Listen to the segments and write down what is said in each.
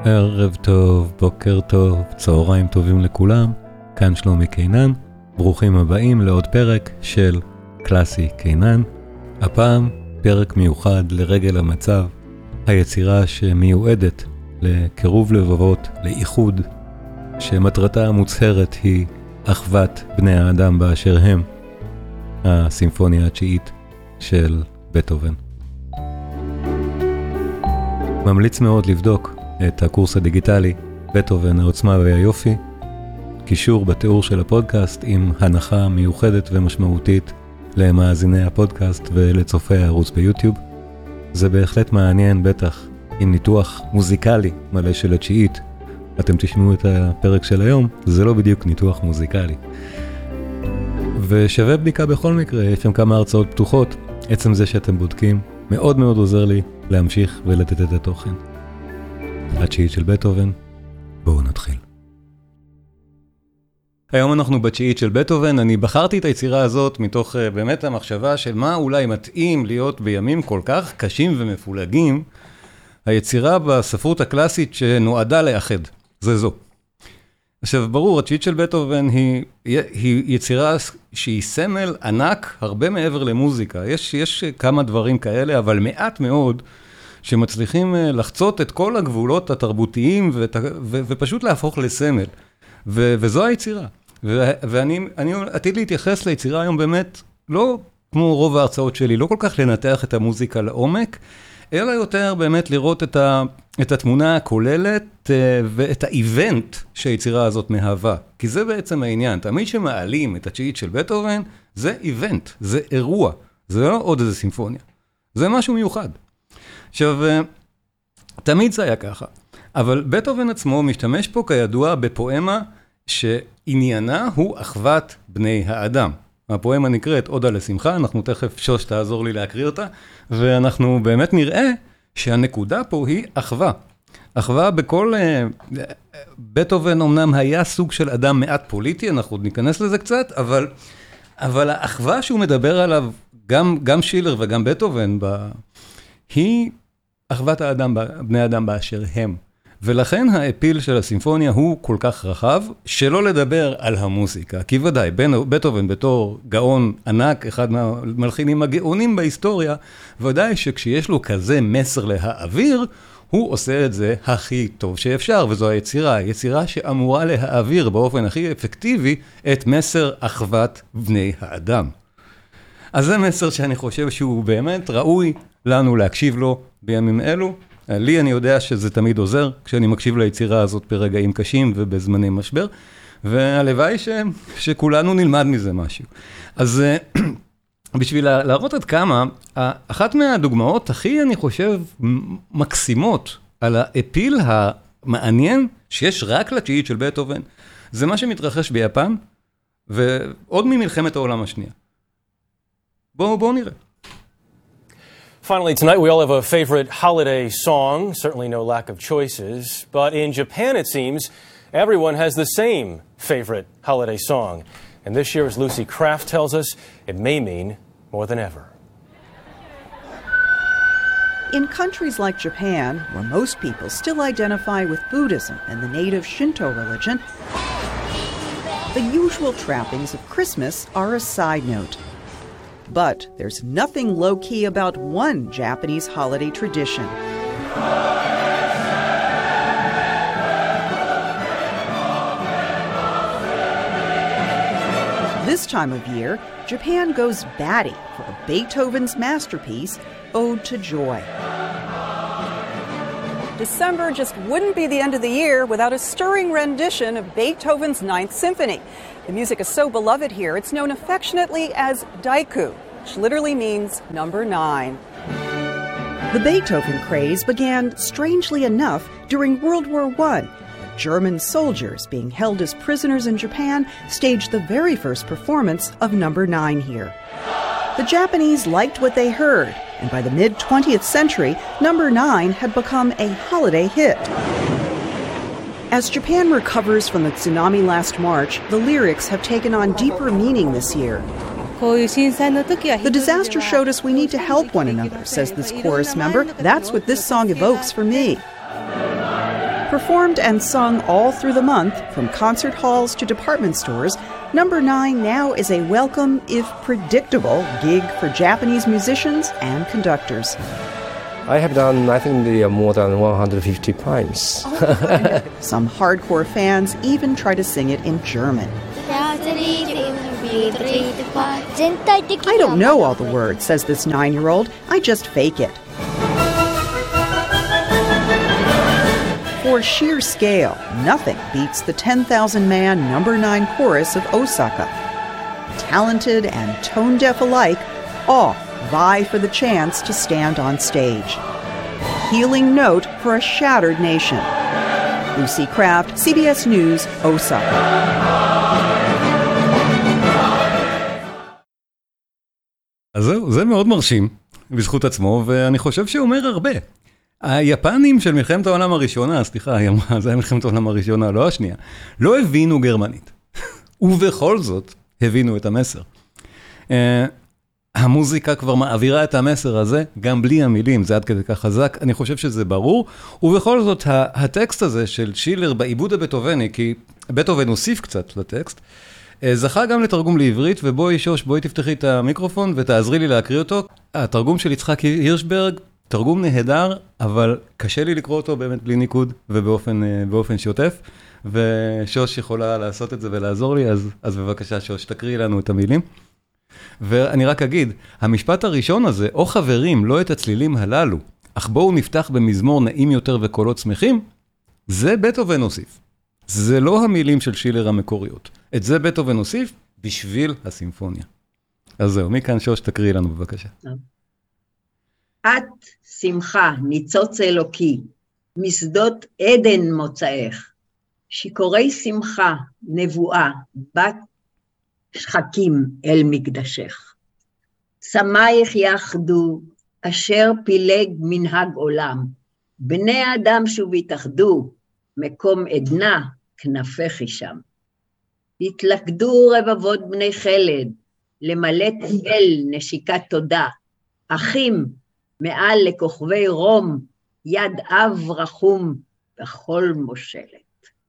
ערב טוב, בוקר טוב, צהריים טובים לכולם, כאן שלומי קינן, ברוכים הבאים לעוד פרק של קלאסי קינן. הפעם פרק מיוחד לרגל המצב, היצירה שמיועדת לקירוב לבבות, לאיחוד, שמטרתה המוצהרת היא אחוות בני האדם באשר הם, הסימפוניה התשיעית של בטהובן. ממליץ מאוד לבדוק את הקורס הדיגיטלי בטהובן, העוצמה והיופי, קישור בתיאור של הפודקאסט עם הנחה מיוחדת ומשמעותית למאזיני הפודקאסט ולצופי הערוץ ביוטיוב. זה בהחלט מעניין, בטח עם ניתוח מוזיקלי מלא של התשיעית. אתם תשמעו את הפרק של היום, זה לא בדיוק ניתוח מוזיקלי. ושווה בדיקה בכל מקרה, יש שם כמה הרצאות פתוחות. עצם זה שאתם בודקים מאוד מאוד עוזר לי להמשיך ולתת את התוכן. התשיעית של בטהובן, בואו נתחיל. היום אנחנו בתשיעית של בטהובן. אני בחרתי את היצירה הזאת מתוך באמת המחשבה של מה אולי מתאים להיות בימים כל כך קשים ומפולגים, היצירה בספרות הקלאסית שנועדה לאחד, זה זו. עכשיו ברור, התשיעית של בטהובן היא יצירה שהיא סמל ענק הרבה מעבר למוזיקה. יש כמה דברים כאלה, אבל מעט מאוד שמצליחים לחצות את כל הגבולות התרבותיים ופשוט להפוך לסמל. וזו היצירה. ואני עתיד להתייחס ליצירה היום באמת, לא כמו רוב ההרצאות שלי, לא כל כך לנתח את המוזיקה לעומק, אלא יותר באמת לראות את התמונה הכוללת ואת האיבנט שהיצירה הזאת מהווה. כי זה בעצם העניין. תמיד שמעלים את התשיעית של בטהובן, זה איבנט, זה אירוע. זה לא עוד איזה סימפוניה. זה משהו מיוחד. עכשיו, תמיד זה היה ככה. אבל בטהובן עצמו משתמש פה כידוע בפואמה שעניינה הוא אחוות בני האדם. הפואמה נקראת עודה לשמחה, אנחנו תכף שוש תעזור לי להקריא אותה, ואנחנו באמת נראה שהנקודה פה היא אחווה. אחווה בכל... בטהובן אמנם היה סוג של אדם מעט פוליטי, אנחנו עוד ניכנס לזה קצת, אבל האחווה שהוא מדבר עליו, גם שילר וגם בטהובן, היא אחוות האדם, בני האדם באשר הם. ולכן האפיל של הסימפוניה הוא כל כך רחב, שלא לדבר על המוזיקה. כי ודאי, בטהובן בתור גאון ענק, אחד מהמלחינים הגאונים בהיסטוריה, ודאי שכשיש לו כזה מסר להעביר, הוא עושה את זה הכי טוב שאפשר, וזו היצירה שאמורה להעביר באופן הכי אפקטיבי את מסר אחוות בני האדם. אז זה מסר שאני חושב שהוא באמת ראוי לנו להקשיב לו בימים אלו. לי אני יודע שזה תמיד עוזר כשאני מקשיב ליצירה הזאת ברגעים קשים ובזמני משבר, והלוואי שכולנו נלמד מזה משהו. אז בשביל להראות עד כמה, אחת מהדוגמאות הכי, אני חושב, מקסימות על האפיל המעניין שיש רק לתשיעית של בטהובן, זה מה שמתרחש ביפן, ועוד ממלחמת העולם השנייה. בואו נראה. Finally, tonight we all have a favorite holiday song, certainly no lack of choices, but in Japan it seems everyone has the same favorite holiday song. And this year, as Lucy Kraft tells us, it may mean more than ever. In countries like Japan, where most people still identify with Buddhism and the native Shinto religion, the usual trappings of Christmas are a side note. But there's nothing low-key about one Japanese holiday tradition. This time of year, Japan goes batty for Beethoven's masterpiece, Ode to Joy. December just wouldn't be the end of the year without a stirring rendition of Beethoven's Ninth Symphony. The music is so beloved here, it's known affectionately as Daiku, which literally means number 9. The Beethoven craze began, strangely enough, during World War I. German soldiers being held as prisoners in Japan staged the very first performance of number 9 here. The Japanese liked what they heard, and by the mid-20th century, number 9 had become a holiday hit. As Japan recovers from the tsunami last March, the lyrics have taken on deeper meaning this year. The disaster showed us we need to help one another, says this chorus member. That's what this song evokes for me. Performed and sung all through the month, from concert halls to department stores, Number 9 now is a welcome, if predictable, gig for Japanese musicians and conductors. I have done, I think, more than 150 times. Some hardcore fans even try to sing it in German. I don't know all the words, says this 9-year-old. I just fake it. For sheer scale, nothing beats the 10,000-man Number 9 chorus of Osaka. Talented and tone-deaf alike, all vie for the chance to stand on stage. Healing note for a shattered nation. Lucy Kraft, CBS News, Osaka. אז זהו, זה מאוד מרשים בזכות עצמו, ואני חושב שהוא אומר הרבה. היפנים של מלחמת העולם הראשונה, סליחה, היא אמרה, זה היה מלחמת העולם הראשונה, לא השנייה, לא הבינו גרמנית. ובכל זאת, הבינו את המסר. המוזיקה כבר מעבירה את המסר הזה, גם בלי המילים, זה עד כדי כך חזק, אני חושב שזה ברור, ובכל זאת, הטקסט הזה של שילר בעיבוד הבטהובני, כי בטהובן הוסיף קצת לטקסט, זכה גם לתרגום לעברית, ובואי שוש, בואי תפתחי את המיקרופון ותעזרי לי להקריא אותו. התרגום של יצחק הירשברג, תרגום נהדר, אבל קשה לי לקרוא אותו באמת בלי ניקוד ובאופן שוטף, ושוש יכולה לעשות את זה ולעזור לי, אז בבקשה שוש, תקריא לנו את המילים. ואני רק אגיד, המשפט הראשון הזה, או חברים, לא את הצלילים הללו, אך בואו נפתח במזמור נעים יותר וקולות שמחים, זה בטהובן הוסיף. זה לא המילים של שילר המקוריות. את זה בטהובן הוסיף בשביל הסימפוניה. אז זהו, מכאן שוש תקריא לנו בבקשה. את שמחה, ניצוץ אלוקי, משדות עדן מוצאך, שיכורי שמחה, נבואה, בת שחקים אל מקדשך. שמייך יחדו, אשר פילג מנהג עולם, בני האדם שוב יתאחדו, מקום עדנה, כנפך שם. התלכדו רבבות בני חלד, למלא תהל נשיקת תודה, אחים מעל לכוכבי רום, יד אב רחום בכל מושלת.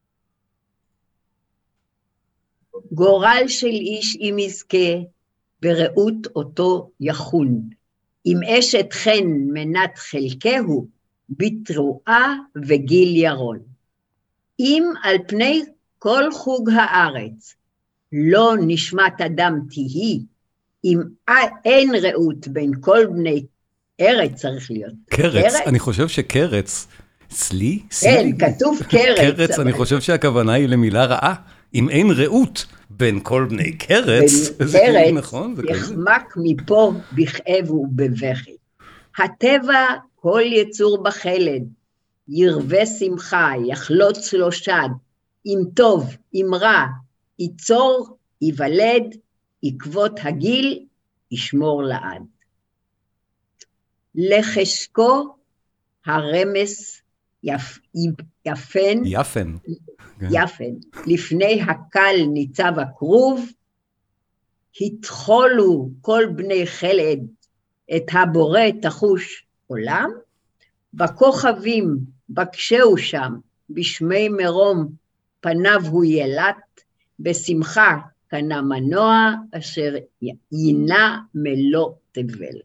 גורל של איש אם יזכה, בראות אותו יחון, אם אשת חן מנת חלקהו, בתרועה וגיל ירון. אם על פני כל חוג הארץ, לא נשמת אדם תהי, אם אין ראות בין כל בני ארץ צריך להיות. קרץ, אני חושב שקרץ, סלי? כן, כתוב קרץ. קרץ, אני חושב שהכוונה היא למילה רעה. אם אין ראות בין כל בני קרץ, זה כאילו נכון. יחמק מפה בכאב ובבכי. הטבע כל יצור בחלד, ירווה שמחה, יחלוץ לו שד, אם טוב, אם רע, ייצור, ייוולד, עקבות הגיל, ישמור לעד. לחשקו הרמס יפן, לפני הקל ניצב הכרוב, התחולו כל בני חלד את הבורא תחוש עולם, בכוכבים בקשהו שם, בשמי מרום פניו הוא ילט, בשמחה קנה מנוע אשר יינה מלוא תבל.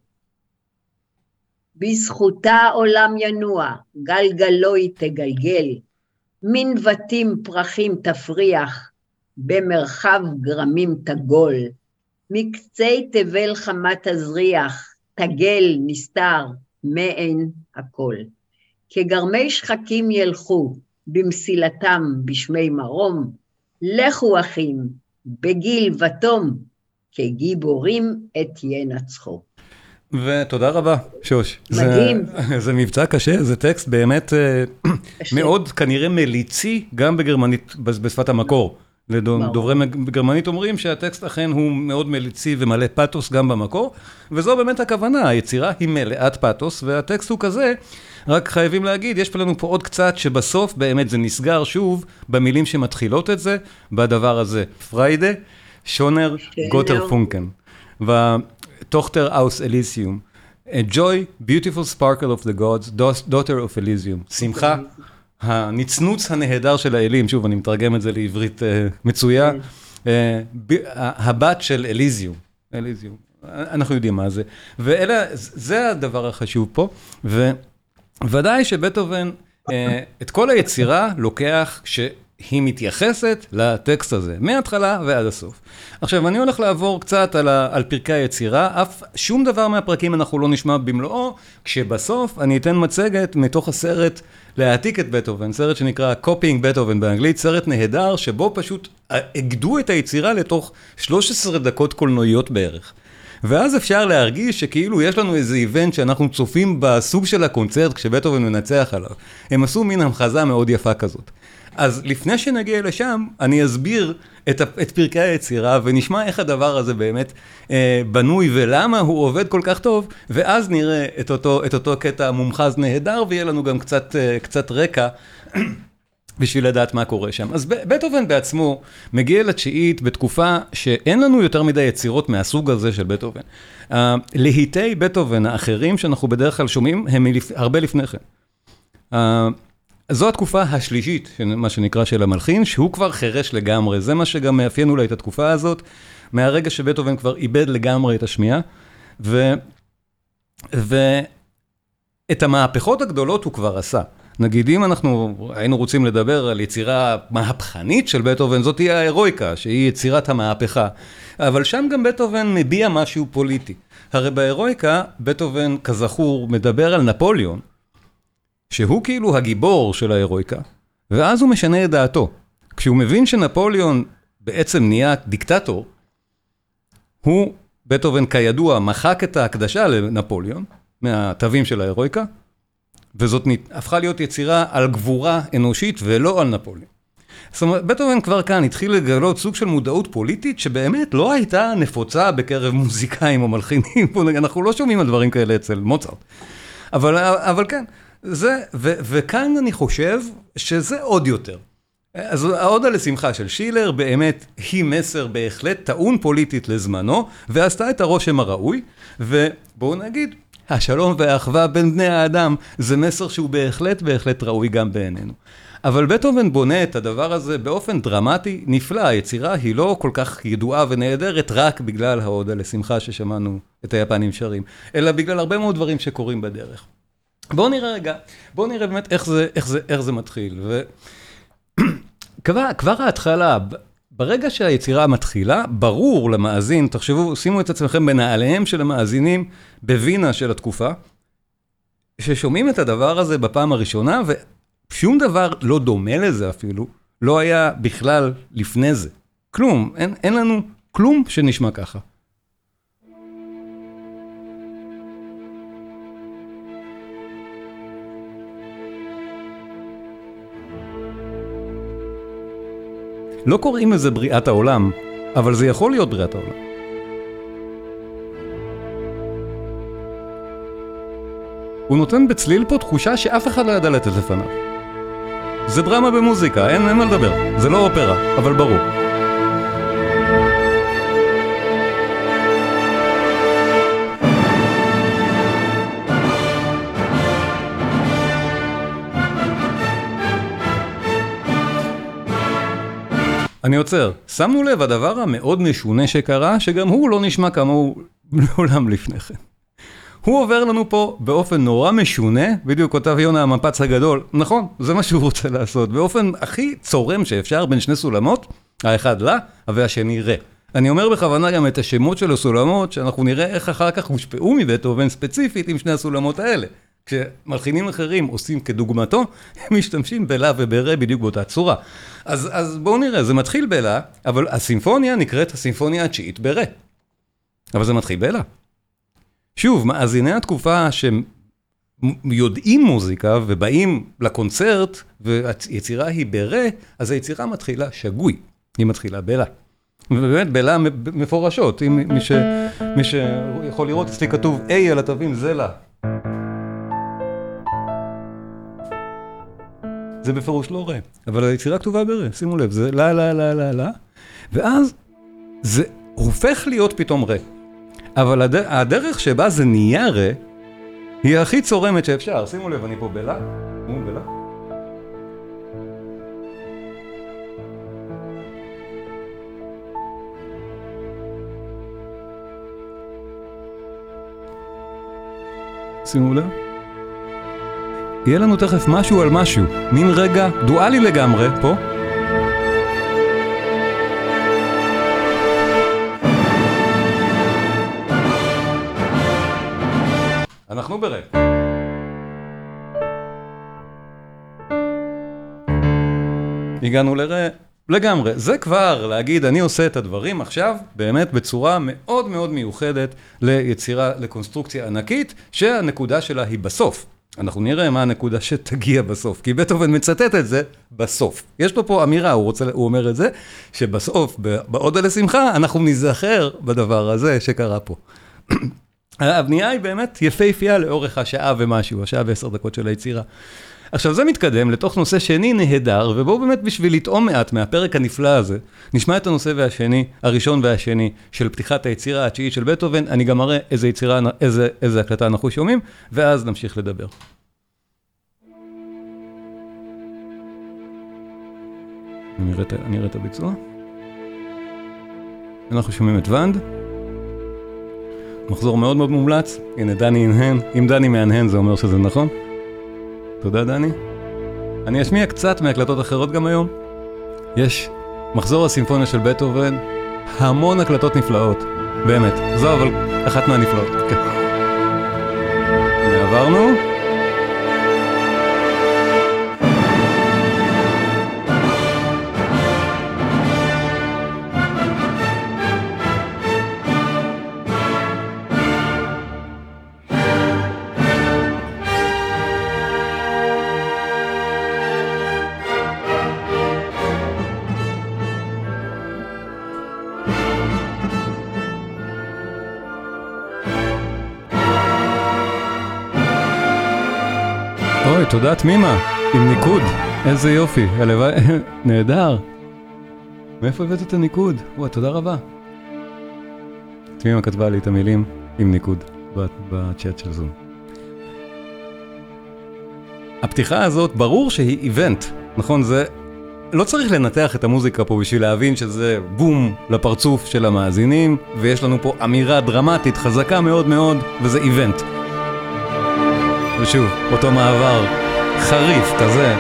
בזכותה עולם ינוע, גלגלוי תגלגל, מן בתים פרחים תפריח, במרחב גרמים תגול, מקצי תבל חמה תזריח, תגל נסתר, מעין הכל. כגרמי שחקים ילכו, במסילתם בשמי מרום, לכו אחים, בגיל ותום, כגיבורים את ינצחו. ותודה רבה, שוש. מדהים. זה מבצע קשה, זה טקסט באמת מאוד כנראה מליצי, גם בגרמנית, בשפת המקור. לדוברי גרמנית אומרים שהטקסט אכן הוא מאוד מליצי ומלא פאטוס גם במקור, וזו באמת הכוונה, היצירה היא מלאת פאטוס, והטקסט הוא כזה, רק חייבים להגיד, יש לנו פה עוד קצת שבסוף באמת זה נסגר שוב במילים שמתחילות את זה, בדבר הזה. פריידה, שונר, גוטר פונקן. Tochter aus Elysium. Joy, beautiful sparkle of the gods, daughter of Elysium. שמחה, הנצנוץ הנהדר של האלים, שוב, אני מתרגם את זה לעברית מצויה, הבת של אליזיום, אנחנו יודעים מה זה, וזה הדבר החשוב פה, וודאי שבטהובן, את כל היצירה לוקח שהיא מתייחסת לטקסט הזה, מההתחלה ועד הסוף. עכשיו, אני הולך לעבור קצת על פרקי היצירה, שום דבר מהפרקים אנחנו לא נשמע במלואו, כשבסוף אני אתן מצגת מתוך הסרט להעתיק את בטהובן, סרט שנקרא Copying Beethoven באנגלית, סרט נהדר שבו פשוט הגדו את היצירה לתוך 13 דקות קולנועיות בערך. ואז אפשר להרגיש שכאילו יש לנו איזה איבנט שאנחנו צופים בסוג של הקונצרט כשבטהובן מנצח עליו. הם עשו מין המחזה מאוד יפה כזאת. אז לפני שנגיע לשם, אני אסביר את פרקי היצירה, ונשמע איך הדבר הזה באמת בנוי, ולמה הוא עובד כל כך טוב, ואז נראה את אותו קטע מומחז נהדר, ויהיה לנו גם קצת רקע, בשביל לדעת מה קורה שם. אז בטהובן בעצמו מגיע לתשיעית בתקופה שאין לנו יותר מדי יצירות מהסוג הזה של בטהובן. להיטי בטהובן האחרים שאנחנו בדרך כלל שומעים, הם הרבה לפני כן. זו התקופה השלישית, מה שנקרא של המלחין, שהוא כבר חירש לגמרי. זה מה שגם מאפיין אולי את התקופה הזאת, מהרגע שבטהובן כבר איבד לגמרי את השמיעה, ואת המהפכות הגדולות הוא כבר עשה. נגיד, אם אנחנו היינו רוצים לדבר על יצירה מהפכנית של בטהובן, זאת היא ההירואיקה, שהיא יצירת המהפכה. אבל שם גם בטהובן מביע משהו פוליטי. הרי בהירואיקה, בטהובן, כזכור, מדבר על נפוליאון, שהוא כאילו הגיבור של ההירואיקה, ואז הוא משנה את דעתו. כשהוא מבין שנפוליאון בעצם נהיה דיקטטור, הוא, בטהובן כידוע, מחק את ההקדשה לנפוליאון, מהתווים של ההירואיקה, וזאת הפכה להיות יצירה על גבורה אנושית ולא על נפוליאון. זאת אומרת, בטהובן כבר כאן התחיל לגלות סוג של מודעות פוליטית שבאמת לא הייתה נפוצה בקרב מוזיקאים או מלחינים, אנחנו לא שומעים על דברים כאלה אצל מוצרט. אבל כן, וכאן אני חושב שזה עוד יותר. אז ההודה לשמחה של שילר באמת היא מסר בהחלט טעון פוליטית לזמנו, ועשתה את הרושם הראוי, ובואו נגיד, השלום והאחווה בין בני האדם, זה מסר שהוא בהחלט ראוי גם בעינינו. אבל בטהובן בונה את הדבר הזה באופן דרמטי נפלא. היצירה היא לא כל כך ידועה ונהדרת רק בגלל ההודה לשמחה ששמענו את היפנים שרים, אלא בגלל הרבה מאוד דברים שקורים בדרך. בואו נראה באמת איך זה מתחיל. כבר ההתחלה, ברגע שהיצירה מתחילה, ברור למאזין, תחשבו, שימו את עצמכם בנעליהם של המאזינים בווינה של התקופה, ששומעים את הדבר הזה בפעם הראשונה, ושום דבר לא דומה לזה אפילו, לא היה בכלל לפני זה. כלום, אין לנו כלום שנשמע ככה. לא קוראים לזה בריאת העולם, אבל זה יכול להיות בריאת העולם. הוא נותן בצליל פה תחושה שאף אחד לא ידע לתת לפניו. זה דרמה במוזיקה, אין מה לדבר. זה לא אופרה, אבל ברור. אני עוצר. שמנו לב, הדבר המאוד משונה שקרה, שגם הוא לא נשמע כמוהו לעולם לפני כן. הוא עובר לנו פה באופן נורא משונה, בדיוק כותב יונה המפץ הגדול, נכון, זה מה שהוא רוצה לעשות, באופן הכי צורם שאפשר בין שני סולמות, האחד לה, והשני רה. אני אומר בכוונה גם את השמות של הסולמות, שאנחנו נראה איך אחר כך הושפעו מבטהובן ספציפית עם שני הסולמות האלה. כשמלחינים אחרים עושים כדוגמתו, הם משתמשים בלה וברה בדיוק באותה צורה. אז בואו נראה, זה מתחיל בלה, אבל הסימפוניה נקראת הסימפוניה התשיעית ברה. אבל זה מתחיל בלה. שוב, מאזיני התקופה שיודעים מוזיקה ובאים לקונצרט, והיצירה היא ברה, אז היצירה מתחילה שגוי, היא מתחילה בלה. ובאמת בלה מפורשות, מי שיכול לראות, אצלי כתוב A על התווים, זה לה. זה בפירוש לא רה, אבל היצירה כתובה ברה, שימו לב, זה לה, לה, לה, לה, לה, ואז זה הופך להיות פתאום רה. אבל הדרך שבה זה נהיה רה, היא הכי צורמת שאפשר. שימו לב, אני פה בלה, מול בלה. שימו לב. יהיה לנו תכף משהו על משהו, מין רגע דואלי לגמרי פה. אנחנו ברק. הגענו לגמרי. זה כבר להגיד, אני עושה את הדברים עכשיו, באמת בצורה מאוד מאוד מיוחדת ליצירה, לקונסטרוקציה ענקית, שהנקודה שלה היא בסוף. אנחנו נראה מה הנקודה שתגיע בסוף, כי בטהובן מצטט את זה בסוף. יש לו פה אמירה, הוא אומר את זה, שבסוף, בעודה לשמחה, אנחנו נזכר בדבר הזה שקרה פה. הבנייה היא באמת יפהפייה לאורך השעה ומשהו, השעה ו10 דקות של היצירה. עכשיו זה מתקדם לתוך נושא שני נהדר, ובואו באמת בשביל לטעום מעט מהפרק הנפלא הזה, נשמע את הנושא הראשון והשני של פתיחת היצירה התשיעית של בטהובן, אני גם מראה איזה הקלטה אנחנו שומעים, ואז נמשיך לדבר. אני אראה את הביצוע. אנחנו שומעים את ונד. מחזור מאוד מאוד מומלץ. הנה דני הנהן. אם דני מהנהן זה אומר שזה נכון. תודה דני. אני אשמיע קצת מהקלטות אחרות גם היום. יש מחזור הסימפוניה של בטהובן, המון הקלטות נפלאות. באמת. זו אבל אחת מהנפלאות. עברנו. אוי, תודה תמימה, עם ניקוד, איזה יופי, הלוואי, נהדר. מאיפה הבאת את הניקוד? וואי, תודה רבה. תמימה כתבה לי את המילים עם ניקוד בצ'אט של זום. הפתיחה הזאת, ברור שהיא איבנט, נכון? זה לא צריך לנתח את המוזיקה פה בשביל להבין שזה בום לפרצוף של המאזינים, ויש לנו פה אמירה דרמטית חזקה מאוד מאוד, וזה איבנט. ושוב, אותו מעבר חריף כזה.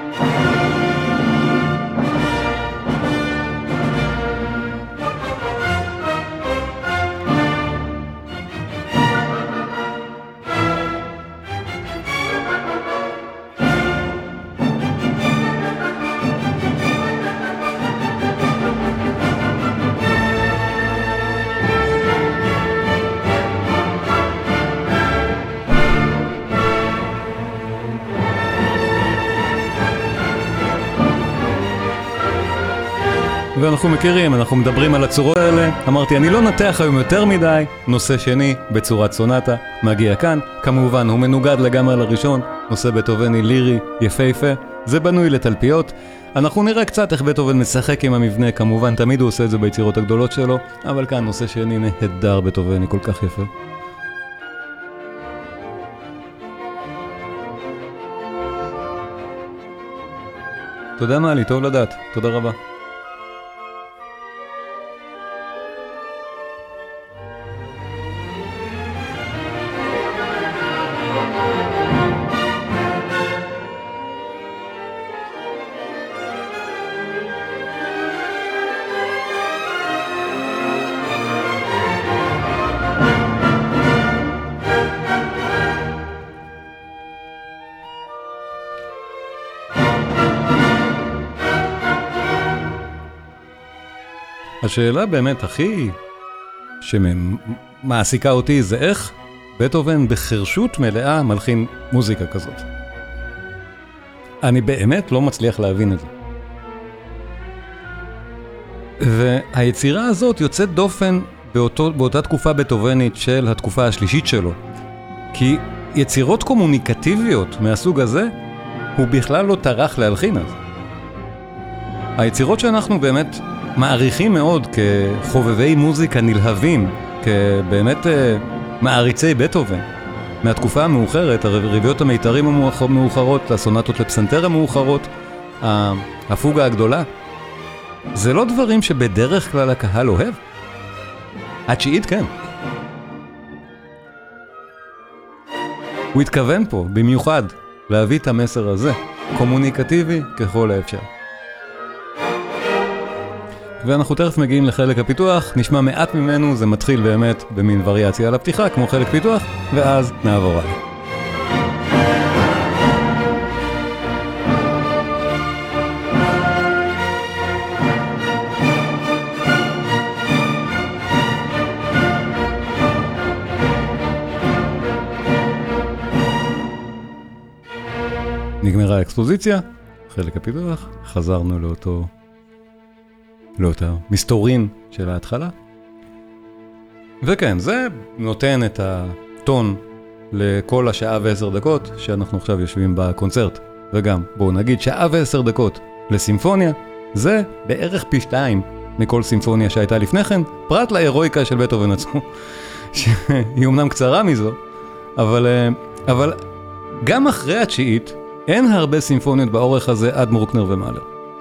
ואנחנו מכירים, אנחנו מדברים על הצורות האלה. אמרתי, אני לא נתח היום יותר מדי. נושא שני, בצורת סונטה, מגיע כאן. כמובן, הוא מנוגד לגמרי לראשון. נושא בטהובני לירי, יפהפה. זה בנוי לתלפיות. אנחנו נראה קצת איך בטהובן משחק עם המבנה. כמובן, תמיד הוא עושה את זה ביצירות הגדולות שלו. אבל כאן נושא שני נהדר בטהובני, כל כך יפה. תודה מעלי, טוב לדעת. תודה רבה. השאלה באמת הכי שמעסיקה אותי זה איך בטהובן בחרשות מלאה מלחין מוזיקה כזאת. אני באמת לא מצליח להבין את זה. והיצירה הזאת יוצאת דופן באותה תקופה בטהובנית של התקופה השלישית שלו. כי יצירות קומוניקטיביות מהסוג הזה, הוא בכלל לא טרח להלחין אז. היצירות שאנחנו באמת מעריכים מאוד כחובבי מוזיקה נלהבים, כבאמת מעריצי בטהובן. מהתקופה המאוחרת, הרביעיות המיתרים המאוחרות, הסונטות לפסנתר המאוחרות, הפוגה הגדולה, זה לא דברים שבדרך כלל הקהל אוהב. התשיעית כן. הוא התכוון פה במיוחד להביא את המסר הזה, קומוניקטיבי ככל האפשר. ואנחנו תכף מגיעים לחלק הפיתוח, נשמע מעט ממנו, זה מתחיל באמת במין וריאציה על הפתיחה, כמו חלק פיתוח, ואז נעבור עליו. נגמרה האקספוזיציה, חלק הפיתוח, חזרנו לאותה מסתורין של ההתחלה. וכן, זה נותן את הטון לכל השעה ו10 דקות שאנחנו עכשיו יושבים בקונצרט. וגם, בואו נגיד, שעה ו10 דקות לסימפוניה, זה בערך פי 2 מכל סימפוניה שהייתה לפני כן, פרט להירואיקה של בטהובן עצמו, שהיא אמנם קצרה מזו, אבל גם אחרי התשיעית, אין הרבה סימפוניות באורך הזה עד מורקנר ומאלר.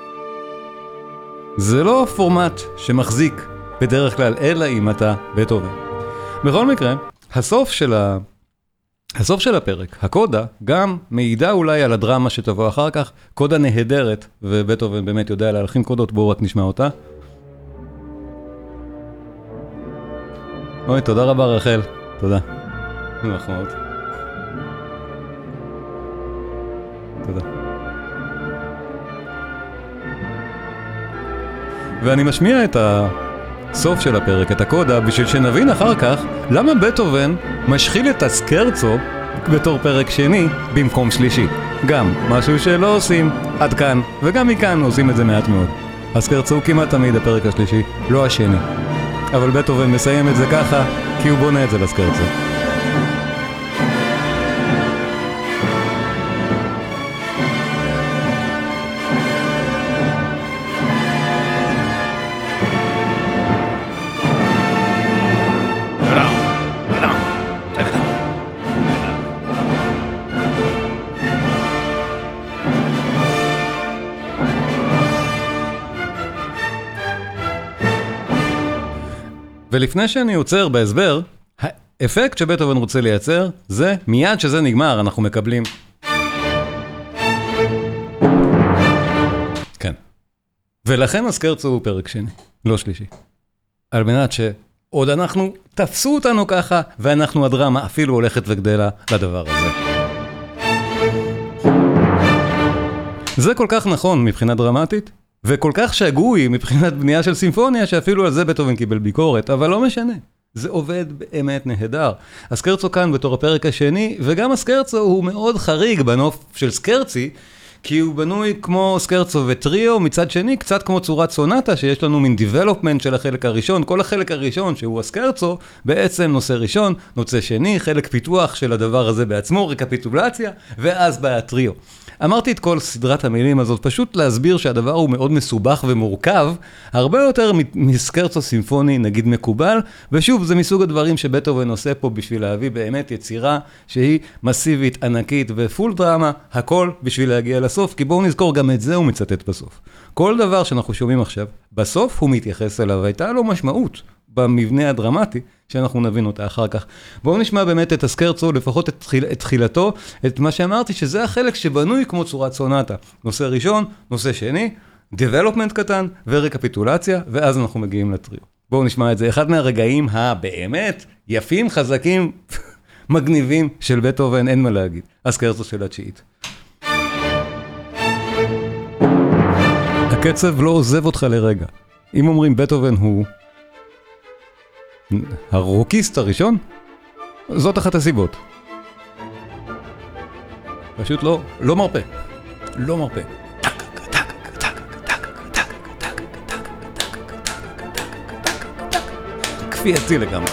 זה לא פורמט שמחזיק בדרך כלל, אלא אם אתה בטהובן. בכל מקרה, הסוף של הפרק, הקודה, גם מעידה אולי על הדרמה שתבוא אחר כך, קודה נהדרת, ובטהובן באמת יודע להלחין קודות, בואו רק נשמע אותה. אוי, תודה רבה רחל, תודה. מחמאות. תודה. ואני משמיע את הסוף של הפרק, את הקודה, בשביל שנבין אחר כך למה בטהובן משחיל את הסקרצו בתור פרק שני במקום שלישי. גם משהו שלא עושים עד כאן, וגם מכאן עושים את זה מעט מאוד. הסקרצו הוא כמעט תמיד הפרק השלישי, לא השני. אבל בטהובן מסיים את זה ככה, כי הוא בונה את זה לסקרצו. ולפני שאני יוצר בהסבר, האפקט שבטהובן רוצה לייצר, זה מיד שזה נגמר, אנחנו מקבלים. כן. ולכן הסקרצו הוא פרק שני, לא שלישי. על מנת שעוד אנחנו, תפסו אותנו ככה, ואנחנו הדרמה אפילו הולכת וגדלה לדבר הזה. זה כל כך נכון מבחינה דרמטית, וכל כך שגוי מבחינת בנייה של סימפוניה, שאפילו על זה בטהובן קיבל ביקורת, אבל לא משנה. זה עובד באמת נהדר. הסקרצו כאן בתור הפרק השני, וגם הסקרצו הוא מאוד חריג בנוף של סקרצי, כי הוא בנוי כמו סקרצו וטריו, מצד שני קצת כמו צורת סונטה, שיש לנו מין דיבלופמנט של החלק הראשון, כל החלק הראשון שהוא הסקרצו, בעצם נושא ראשון, נושא שני, חלק פיתוח של הדבר הזה בעצמו, רקפיטולציה, ואז בא הטריו. אמרתי את כל סדרת המילים הזאת, פשוט להסביר שהדבר הוא מאוד מסובך ומורכב, הרבה יותר מסקרצו סימפוני נגיד מקובל, ושוב זה מסוג הדברים שבטהובן עושה פה בשביל להביא באמת יצירה שהיא מסיבית, ענקית ופול דרמה, הכל בשביל להגיע לסוף, כי בואו נזכור גם את זה הוא מצטט בסוף. כל דבר שאנחנו שומעים עכשיו, בסוף הוא מתייחס אליו, הייתה לו משמעות במבנה הדרמטי, שאנחנו נבין אותה אחר כך. בואו נשמע באמת את הסקרצו, לפחות את תחילתו, את מה שאמרתי, שזה החלק שבנוי כמו צורת סונטה. נושא ראשון, נושא שני, development קטן ורקפיטולציה, ואז אנחנו מגיעים לטריו. בואו נשמע את זה. אחד מהרגעים הבאמת יפים, חזקים, מגניבים של בטהובן, אין מה להגיד. הסקרצו של התשיעית. הקצב לא עוזב אותך לרגע. אם אומרים בטהובן הוא הרוקיסט הראשון, זאת אחת הסיבות. פשוט לא מרפא. לא מרפא. כפייתי לגמרי.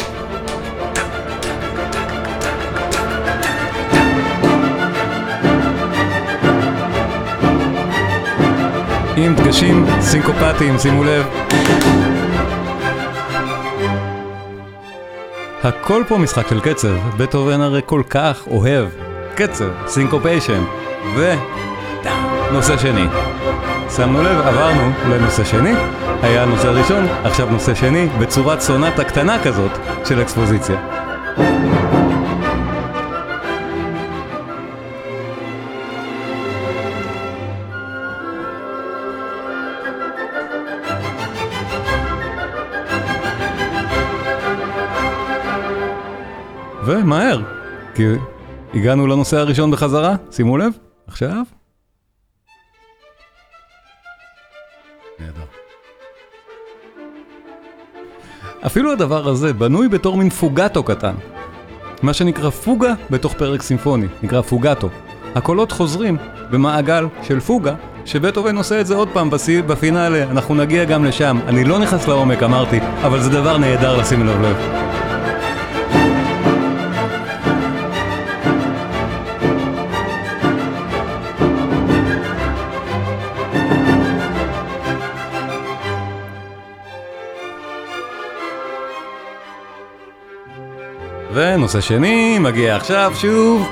עם דגשים סינקופטיים, שימו לב. הכל פה משחק של קצב, בטהובן הרי כל כך אוהב קצב, סינקופיישן, נושא שני. שמנו לב, עברנו לנושא שני, היה נושא ראשון, עכשיו נושא שני, בצורת סונטה קטנה כזאת של אקספוזיציה. ומהר, כי הגענו לנושא הראשון בחזרה, שימו לב, עכשיו. נהדר. אפילו הדבר הזה בנוי בתור מין פוגטו קטן. מה שנקרא פוגה בתוך פרק סימפוני, נקרא פוגטו. הקולות חוזרים במעגל של פוגה, שבטהובן עושה את זה עוד פעם בפינאלה, אנחנו נגיע גם לשם. אני לא נכנס לעומק, אמרתי, אבל זה דבר נהדר לשים לב. ונושא שני מגיע עכשיו שוב.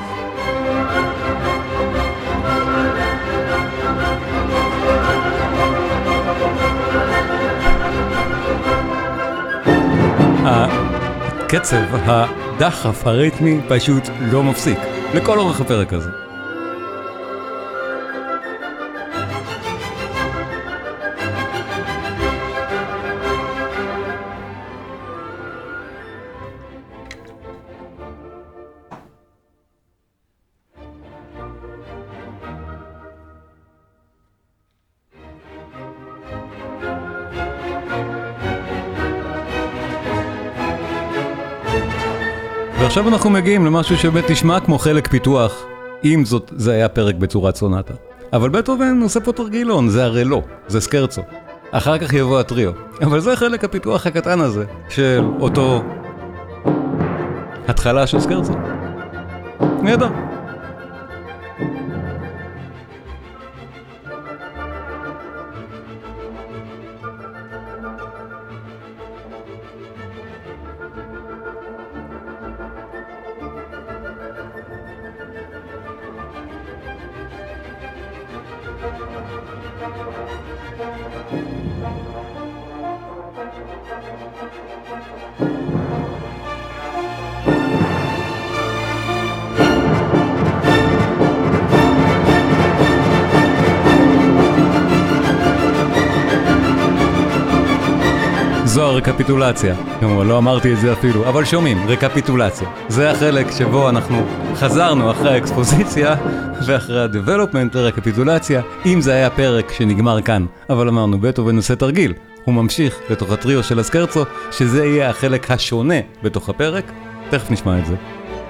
הקצב, הדחף הריתמי פשוט לא מפסיק לכל אורך הפרק הזה. ועכשיו אנחנו מגיעים למשהו שבאמת נשמע כמו חלק פיתוח, אם זה היה פרק בצורת סונטה. אבל בטהובן עושה פה תרגילון, זה הרי לא, זה סקרצו. אחר כך יבוא הטריו. אבל זה חלק הפיתוח הקטן הזה, של אותו התחלה של סקרצו. נהדר. זו הרקפיטולציה. לא אמרתי את זה אפילו, אבל שומעים, רקפיטולציה. זה החלק שבו אנחנו חזרנו אחרי האקספוזיציה ואחרי הדבלופמנט לרקפיטולציה, אם זה היה פרק שנגמר כאן. אבל אמרנו, בטהובן עושה תרגיל. הוא ממשיך לתוך הטריו של הסקרצו, שזה יהיה החלק השונה בתוך הפרק. תכף נשמע את זה.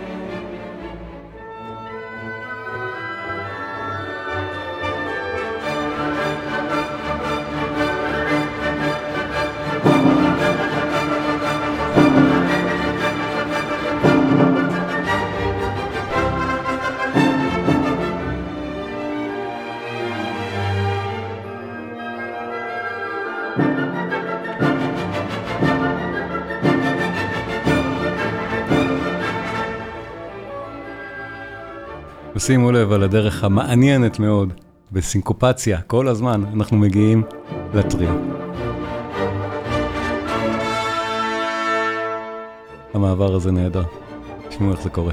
שימו לב על הדרך המעניינת מאוד, בסינקופציה, כל הזמן אנחנו מגיעים לטריו. המעבר הזה נהדר, תשמעו איך זה קורה.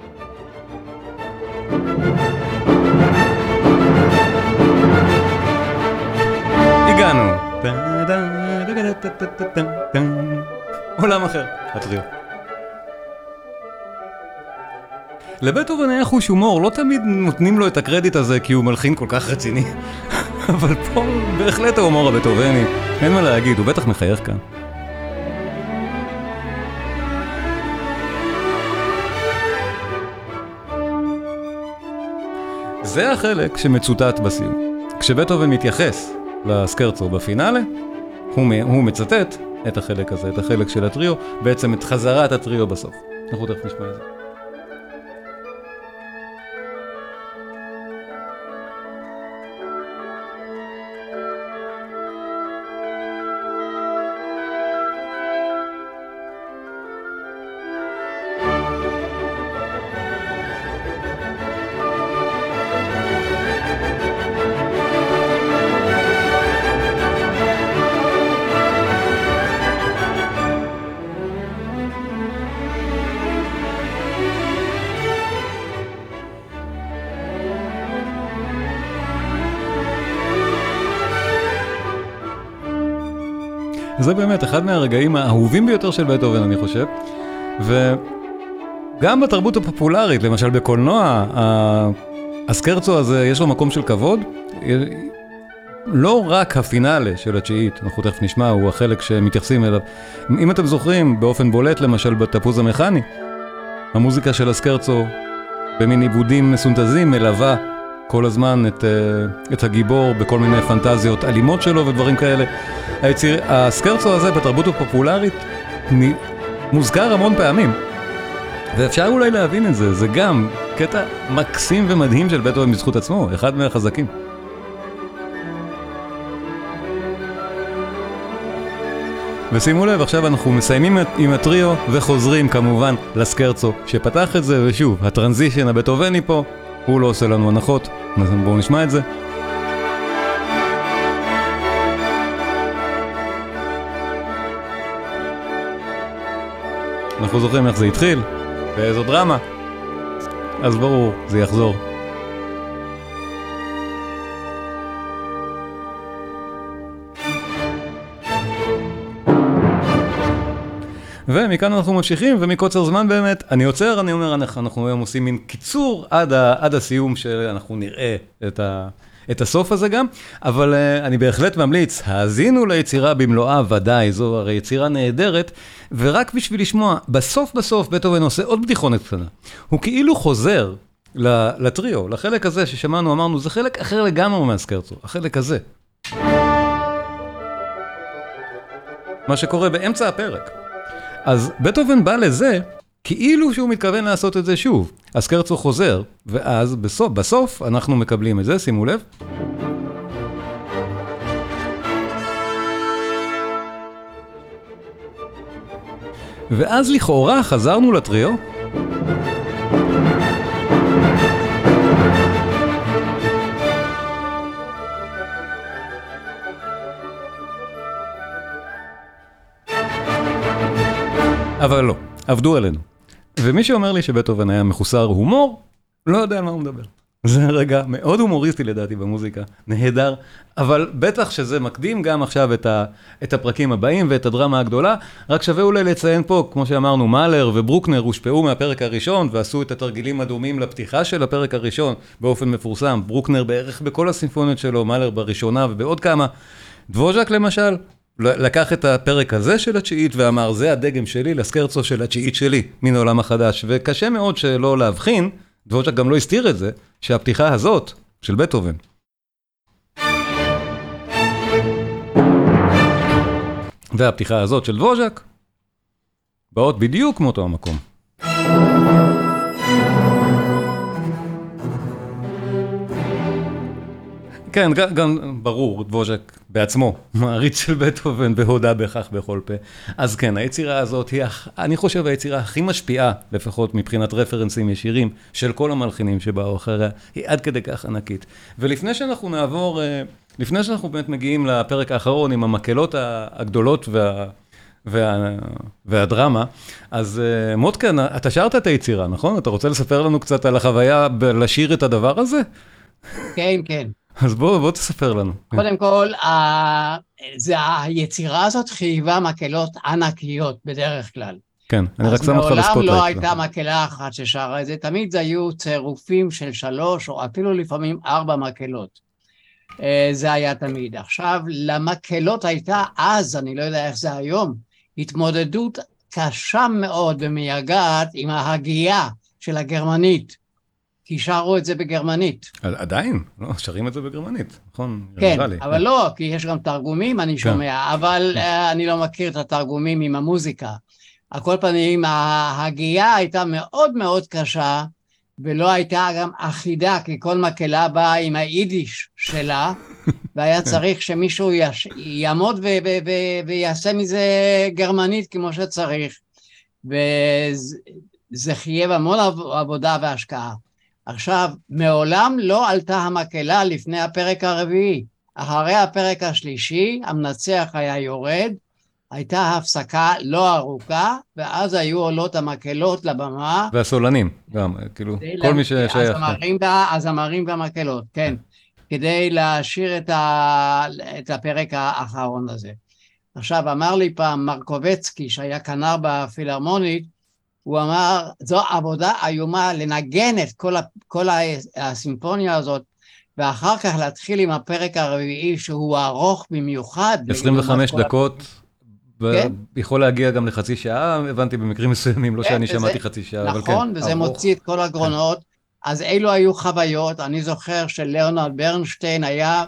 הגענו. עולם אחר, הטריו. לבטהובן היה חוש הומור, לא תמיד נותנים לו את הקרדיט הזה כי הוא מלחין כל כך רציני. אבל פה בהחלט ההומור הבטהובני, אין מה להגיד, הוא בטח מחייך כאן. זה החלק שמצוטט בסיום. כשבטהובן מתייחס לסקרצו בפינאלה, הוא מצטט את החלק הזה, את החלק של הטריו, בעצם את חזרת הטריו בסוף. אנחנו תכף נשמע את זה. זה באמת אחד מהרגעים האהובים ביותר של בטהובן, אני חושב. גם בתרבות הפופולרית, למשל בקולנוע, הסקרצו הזה יש לו מקום של כבוד. לא רק הפינאלה של התשיעית, אנחנו תכף נשמע, הוא החלק שמתייחסים אליו. אם אתם זוכרים, באופן בולט למשל בתפוז המכני, המוזיקה של הסקרצו במין עיבודים מסונטזים מלווה כל הזמן את הגיבור בכל מיני פנטזיות אלימות שלו ודברים כאלה. הסקרצו הזה בתרבות הפופולרית מוזכר המון פעמים, ואפשר אולי להבין את זה. זה גם קטע מקסים ומדהים של בטהובן בזכות עצמו, אחד מהחזקים. ושימו לב, עכשיו אנחנו מסיימים עם הטריו וחוזרים כמובן לסקרצו שפתח את זה, ושוב, הטרנזישן הבטהובני פה, הוא לא עושה לנו הנחות, אז בואו נשמע את זה. אנחנו זוכרים איך זה התחיל, ואיזו דרמה, אז ברור, זה יחזור. ומכאן אנחנו ממשיכים, ומקוצר זמן באמת, אני עוצר, אני אומר, אנחנו היום עושים מין קיצור עד הסיום שאנחנו נראה את הסוף הזה גם, אבל אני בהחלט ממליץ, האזינו ליצירה במלואה ודאי, זו הרי יצירה נהדרת, ורק בשביל לשמוע, בסוף בטהובן עושה עוד בדיחונת קטנה. הוא כאילו חוזר לטריו, לחלק הזה ששמענו, אמרנו, זה חלק אחר לגמרי מהסקרצו, החלק הזה. מה שקורה באמצע הפרק. אז בטהובן בא לזה, כאילו שהוא מתכוון לעשות את זה שוב. הסקרצו חוזר, ואז בסוף אנחנו מקבלים את זה, שימו לב. ואז לכאורה חזרנו לטריו. אבל לא, עבדו עלינו. ומי שאומר לי שבטהובן היה מחוסר הומור, לא יודע על מה הוא מדבר. זה רגע מאוד הומוריסטי לדעתי במוזיקה, נהדר, אבל בטח שזה מקדים גם עכשיו את הפרקים הבאים ואת הדרמה הגדולה, רק שווה אולי לציין פה, כמו שאמרנו, מאלר וברוקנר הושפעו מהפרק הראשון, ועשו את התרגילים הדומים לפתיחה של הפרק הראשון באופן מפורסם, ברוקנר בערך בכל הסימפוניות שלו, מאלר בראשונה ובעוד כמה. דבוז'ק למשל, לקח את הפרק הזה של התשיעית ואמר, זה הדגם שלי לסקרצו של התשיעית שלי, מן העולם החדש, וקשה מאוד שלא להבחין, דבוז'ק גם לא הסתיר את זה, שהפתיחה הזאת של בטהובן והפתיחה הזאת של דבוז'ק באות בדיוק מאותו המקום. כן, גם ברור, דבוז'ק בעצמו מעריץ של בטהובן והודה בכך בכל פה. אז כן, היצירה הזאת היא, אני חושב, היצירה הכי משפיעה, לפחות מבחינת רפרנסים ישירים, של כל המלחינים שבאו אחריה, היא עד כדי כך ענקית. ולפני שאנחנו נעבור, לפני שאנחנו באמת מגיעים לפרק האחרון עם המקהלות הגדולות והדרמה, אז מוטקה, אתה שרת את היצירה, נכון? אתה רוצה לספר לנו קצת על החוויה לשיר את הדבר הזה? כן, כן. אז בוא תספר לנו. קודם כל, היצירה הזאת חייבה מקהלות ענקיות בדרך כלל. כן, אני רק שם אותך בספוטלייט. אז מעולם לא הייתה מקהלה אחת ששרה את זה, תמיד זה היו צירופים של 3 או אפילו לפעמים 4 מקהלות. זה היה תמיד. עכשיו, למקהלות הייתה אז, אני לא יודע איך זה היום, התמודדות קשה מאוד ומייגעת עם ההגייה של הגרמנית. כי שרו את זה בגרמנית. עדיין? לא, שרים את זה בגרמנית, נכון? כן, אבל לא, כי יש גם תרגומים, אני שומע, אבל אני לא מכיר את התרגומים עם המוזיקה. על כל פנים, ההגייה הייתה מאוד מאוד קשה, ולא הייתה גם אחידה, כי כל מקהלה באה עם היידיש שלה, והיה צריך שמישהו יעמוד ויעשה מזה גרמנית כמו שצריך, וזה חייב המון עבודה והשקעה. עכשיו, מעולם לא עלתה המקהלה לפני הפרק הרביעי. אחרי הפרק השלישי, המנצח היה יורד, הייתה הפסקה לא ארוכה, ואז היו עולות המקהלות לבמה. והסולנים, גם, כאילו, כל מי ששייך. הזמרים והמקהלות, כן, כדי להשאיר את הפרק האחרון הזה. עכשיו, אמר לי פעם מרקובצקי, שהיה כנר בפילהרמונית, הוא אמר, זו עבודה איומה לנגן את כל הסימפוניה הזאת, ואחר כך להתחיל עם הפרק הרביעי, שהוא ארוך במיוחד. 25 דקות, ויכול להגיע גם לחצי שעה, הבנתי במקרים מסוימים, לא שאני שמעתי חצי שעה, אבל כן. נכון, וזה מוציא את כל הגרונות, אז אלו היו חוויות. אני זוכר שלאונרד ברנשטיין היה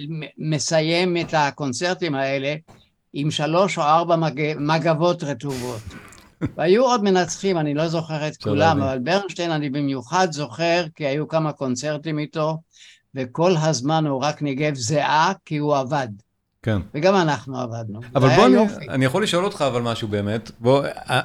מסיים את הקונצרטים האלה, עם 3 או 4 מגבות רטובות. והיו עוד מנצחים, אני לא זוכר את כולם, אבל ברנשטיין אני במיוחד זוכר, כי היו כמה קונצרטים איתו, וכל הזמן הוא רק ניגב זהה, כי הוא עבד. כן. וגם אנחנו עבדנו. אבל בוא, אני יכול לשאול אותך אבל משהו באמת. בוא,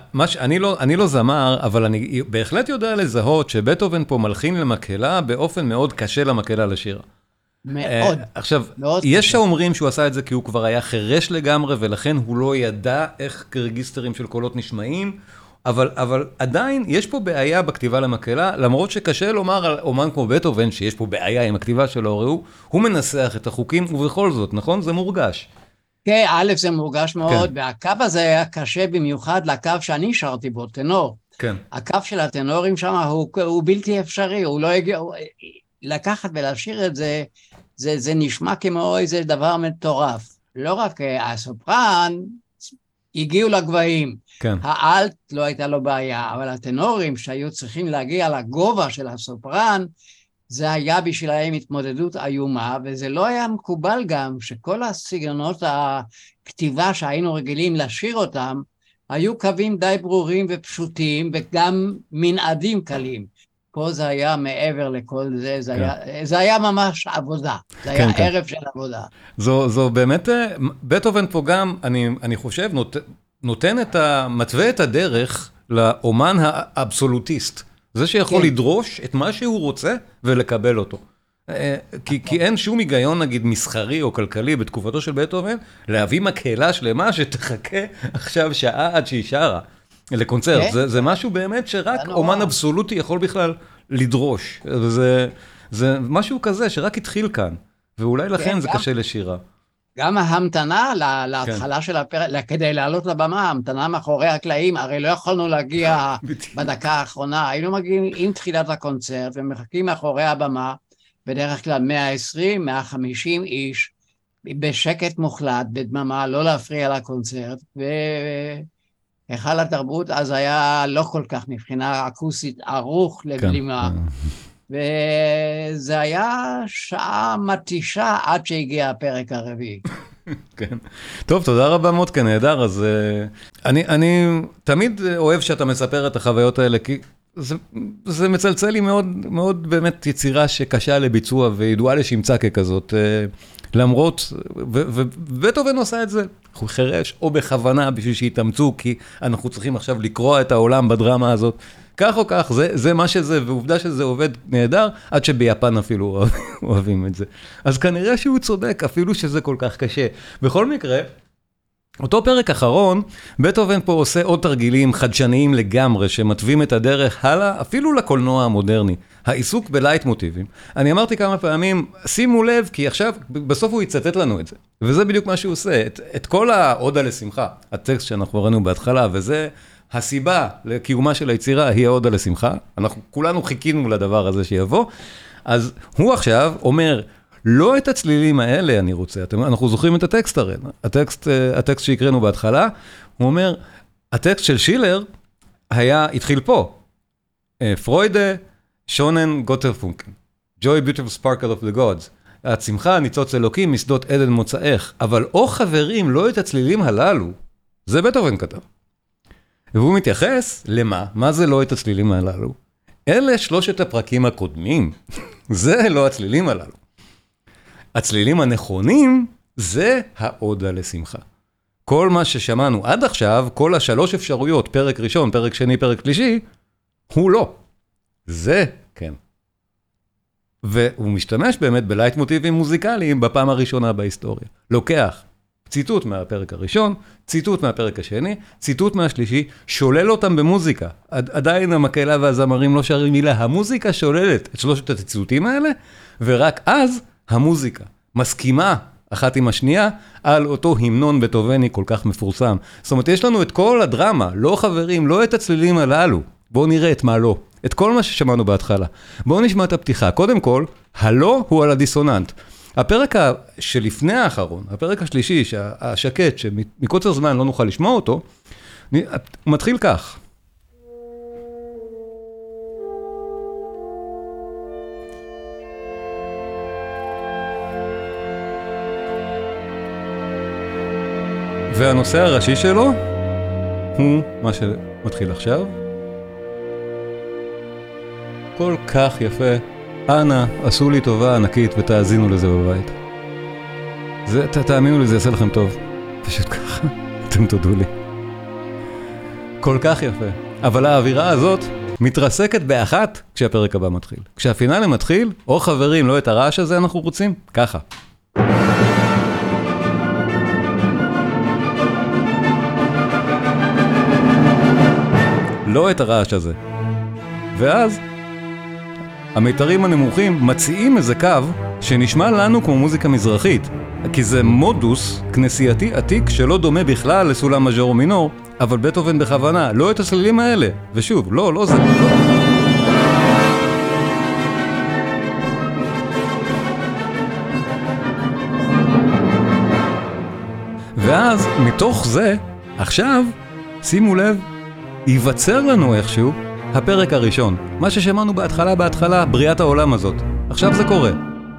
אני לא זמר, אבל אני בהחלט יודע לזהות שבטהובן פה מלחין למקהלה באופן מאוד קשה למקהלה לשיר. מאוד. עכשיו, יש שאומרים שהוא עשה את זה כי הוא כבר היה חירש לגמרי, ולכן הוא לא ידע איך רגיסטרים של קולות נשמעים, אבל עדיין יש פה בעיה בכתיבה למקהלה, למרות שקשה לומר על אומן כמו בטהובן שיש פה בעיה עם הכתיבה שלו, הוא מנסח את החוקים, ובכל זאת, נכון? זה מורגש. כן, א', זה מורגש מאוד, והקו הזה היה קשה במיוחד לקו שאני שרתי בו, טנור. כן. הקו של הטנורים שם הוא בלתי אפשרי, הוא לא הגיע, לקחת ולהשאיר את זה, זה נשמע כמו איזה דבר מטורף. לא רק הסופרן, הגיעו לגבהים. כן. האלט לא הייתה לו בעיה, אבל הטנורים שהיו צריכים להגיע לגובה של הסופרן, זה היה בשבילהם התמודדות איומה, וזה לא היה מקובל גם שכל הסגנונות הכתיבה שהיינו רגילים לשיר אותם, היו קווים די ברורים ופשוטים, וגם מנעדים קלים. פה זה היה מעבר לכל זה, זה היה ממש עבודה, זה היה ערב של עבודה. זו באמת, בטהובן פה גם, אני חושב, נותן מתווה את הדרך לאומן האבסולוטיסט. זה שיכול לדרוש את מה שהוא רוצה ולקבל אותו. כי אין שום היגיון, נגיד, מסחרי או כלכלי בתקופתו של בטהובן, להביא מקהלה שלמה שתחכה עכשיו שעה עד שהיא שרה לקונצרט. זה משהו באמת שרק אומן אבסולוטי יכול בכלל לדרוש. זה משהו כזה שרק התחיל כאן, ואולי לכן זה קשה לשירה. גם ההמתנה להתחלה של הפרק, כדי לעלות לבמה, ההמתנה מאחורי הקלעים, הרי לא יכולנו להגיע בדקה האחרונה, היינו מגיעים עם תחילת הקונצרט, ומחכים מאחורי הבמה, בדרך כלל 120, 150 איש, בשקט מוחלט, בדממה, לא להפריע לקונצרט, והיכל התרבות אז היה לא כל כך מבחינה אקוסית ערוך לבלימה, וזה היה שעה מתישה עד שהגיע הפרק הרביעי. כן. טוב, תודה רבה מוטקה, נהדר. אז אני תמיד אוהב שאתה מספר את החוויות האלה, כי זה מצלצל לי מאוד, מאוד באמת יצירה שקשה לביצוע וידועה לשמצה ככזאת. למרות, ובטהובן עושה את זה, הוא חירש או בכוונה בשביל שיתאמצו, כי אנחנו צריכים עכשיו לקרוא את העולם בדרמה הזאת. כך או כך, זה מה שזה, ועובדה שזה עובד נהדר, עד שביפן אפילו אוהבים את זה. אז כנראה שהוא צודק, אפילו שזה כל כך קשה. בכל מקרה, אותו פרק אחרון, בטהובן פה עושה עוד תרגילים חדשניים לגמרי, שמתווים את הדרך הלאה, אפילו לקולנוע המודרני. העיסוק בלייט מוטיבים. אני אמרתי כמה פעמים, שימו לב, כי עכשיו, בסוף הוא יצטט לנו את זה. וזה בדיוק מה שהוא עושה. את כל העודה לשמחה, הטקסט שאנחנו ראינו בהתחלה, וזה הסיבה לקיומה של היצירה, היא העודה לשמחה. אנחנו כולנו חיכינו לדבר הזה שיבוא. אז הוא עכשיו אומר, לא את הצלילים האלה אני רוצה, אנחנו זוכרים את הטקסט הרי, הטקסט שהקראנו בהתחלה, הוא אומר, הטקסט של שילר התחיל פה, פרוידה, שונן, גוטרפונקן, Joy Beautiful Sparkle of the Gods, הצמחה, ניצוץ אלוקים, משדות עדן מוצאך, אבל או חברים, לא את הצלילים הללו, זה בטהובן כתב. והוא מתייחס למה? מה זה לא את הצלילים הללו? אלה 3 הפרקים הקודמים, זה לא הצלילים הללו. הצלילים הנכונים זה העודה לשמחה. כל מה ששמענו עד עכשיו, כל 3 אפשרויות, פרק ראשון, פרק שני, פרק שלישי, הוא לא. זה כן. והוא משתמש באמת בלייט מוטיבים מוזיקליים בפעם הראשונה בהיסטוריה. לוקח ציטוט מהפרק הראשון, ציטוט מהפרק השני, ציטוט מהשלישי, שולל אותם במוזיקה. עדיין המקהלה והזמרים לא שרים מילה. המוזיקה שוללת את 3 הציטוטים האלה, ורק אז המוזיקה מסכימה, אחת עם השנייה, על אותו המנון בטהובני כל כך מפורסם. זאת אומרת, יש לנו את כל הדרמה, לא חברים, לא את הצלילים הללו. בואו נראה את מה לא. את כל מה ששמענו בהתחלה. בואו נשמע את הפתיחה. קודם כל, הלא הוא על הדיסוננט. הפרק שלפני האחרון, הפרק השלישי, השקט, שמקוצר זמן לא נוכל לשמוע אותו, הוא מתחיל כך. והנושא הראשי שלו הוא מה שמתחיל עכשיו. כל כך יפה. אנא, עשו לי טובה ענקית ותאזינו לזה בבית. תאמינו לי, זה יעשה לכם טוב. פשוט ככה, אתם תודו לי. כל כך יפה. אבל האווירה הזאת מתרסקת באחת כשהפרק הבא מתחיל. כשהפינאלי מתחיל, או חברים, לא את הרעש הזה אנחנו רוצים, ככה. לא את הרעש הזה. ואז המיתרים הנמוכים מציעים איזה קו שנשמע לנו כמו מוזיקה מזרחית, כי זה מודוס כנסייתי עתיק שלא דומה בכלל לסולם מז'ור או מינור, אבל בטהובן בכוונה, לא את הצלילים האלה. ושוב, לא זה. לא. ואז מתוך זה, עכשיו, שימו לב, ייווצר לנו איכשהו הפרק הראשון. מה ששמענו בהתחלה, בריאת העולם הזאת. עכשיו זה קורה.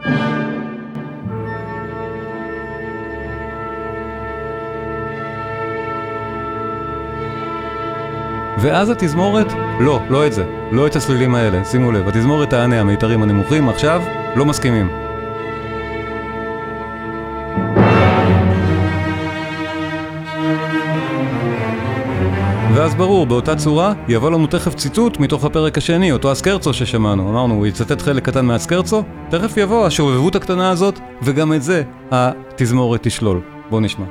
ואז התזמורת, לא את זה. לא את הצלילים האלה. שימו לב, התזמורת תענה, המיתרים הנמוכים, עכשיו לא מסכימים. ואז ברור, באותה צורה, יבוא לנו תכף ציטוט מתוך הפרק השני, אותו הסקרצו ששמענו. אמרנו, הוא יצטט חלק קטן מהסקרצו, תכף יבוא השובבות הקטנה הזאת, וגם את זה התזמורת תשלול. בואו נשמע.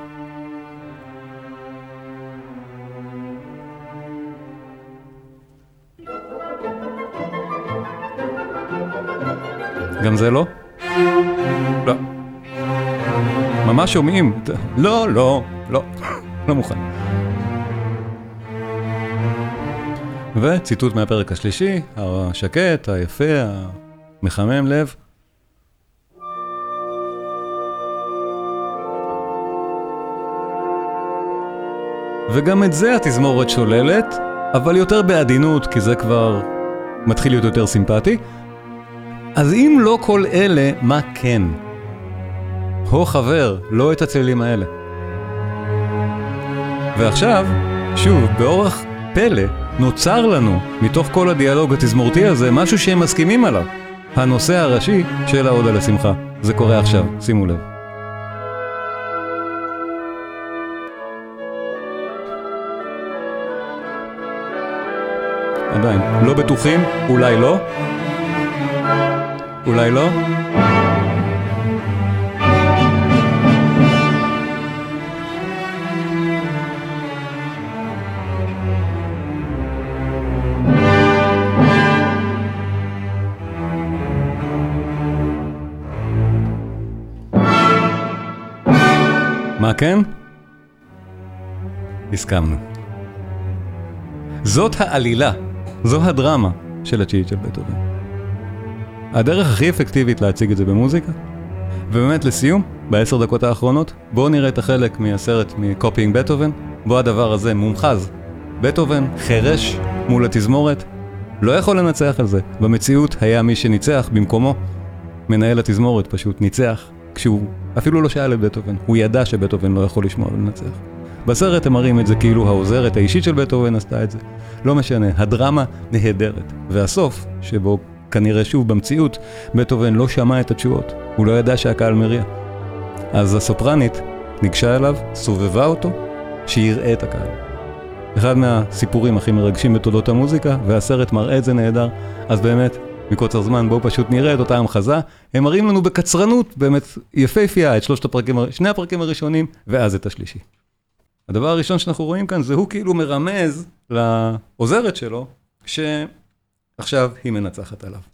גם זה לא? לא. ממש שומעים. לא מוכן. וציטוט מהפרק השלישי, השקט, היפה, המחמם לב. וגם את זה התזמורת שוללת, אבל יותר בעדינות, כי זה כבר מתחיל להיות יותר סימפטי. אז אם לא כל אלה, מה כן? הו חבר, לא את הצלילים האלה. ועכשיו, שוב, באורח פלא, נוצר לנו, מתוך כל הדיאלוג התזמורתי הזה, משהו שהם מסכימים עליו. הנושא הראשי של העוד על השמחה. זה קורה עכשיו, שימו לב. עדיין, לא בטוחים, אולי לא. אולי לא. מה כן? הסכמנו. זאת העלילה, זו הדרמה של התשיעית של בטהובן. הדרך הכי אפקטיבית להציג את זה במוזיקה. ובאמת לסיום, ב10 דקות האחרונות, בואו נראה את החלק מהסרט מקופינג בטהובן, בו הדבר הזה מומחז. בטהובן חרש מול התזמורת, לא יכול לנצח על זה. במציאות היה מי שניצח במקומו. מנהל התזמורת פשוט ניצח, כשהוא אפילו לא שאל את בטהובן. הוא ידע שבטהובן לא יכול לשמוע ולנצח. בסרט הם מראים את זה כאילו העוזרת האישית של בטהובן עשתה את זה. לא משנה, הדרמה נהדרת. והסוף, שבו כנראה שוב במציאות, בטהובן לא שמע את התשואות. הוא לא ידע שהקהל מריע. אז הסופרנית ניגשה אליו, סובבה אותו, שיראה את הקהל. אחד מהסיפורים הכי מרגשים בתולדות המוזיקה, והסרט מראה את זה נהדר. אז באמת, מקוצר זמן, בואו פשוט נראה את אותה המחזה. הם מראים לנו בקצרנות, באמת יפהפייה, את שני הפרקים הראשונים, ואז את השלישי. הדבר הראשון שאנחנו רואים כאן, זה הוא כאילו מרמז לעוזרת שלו, שעכשיו היא מנצחת עליו.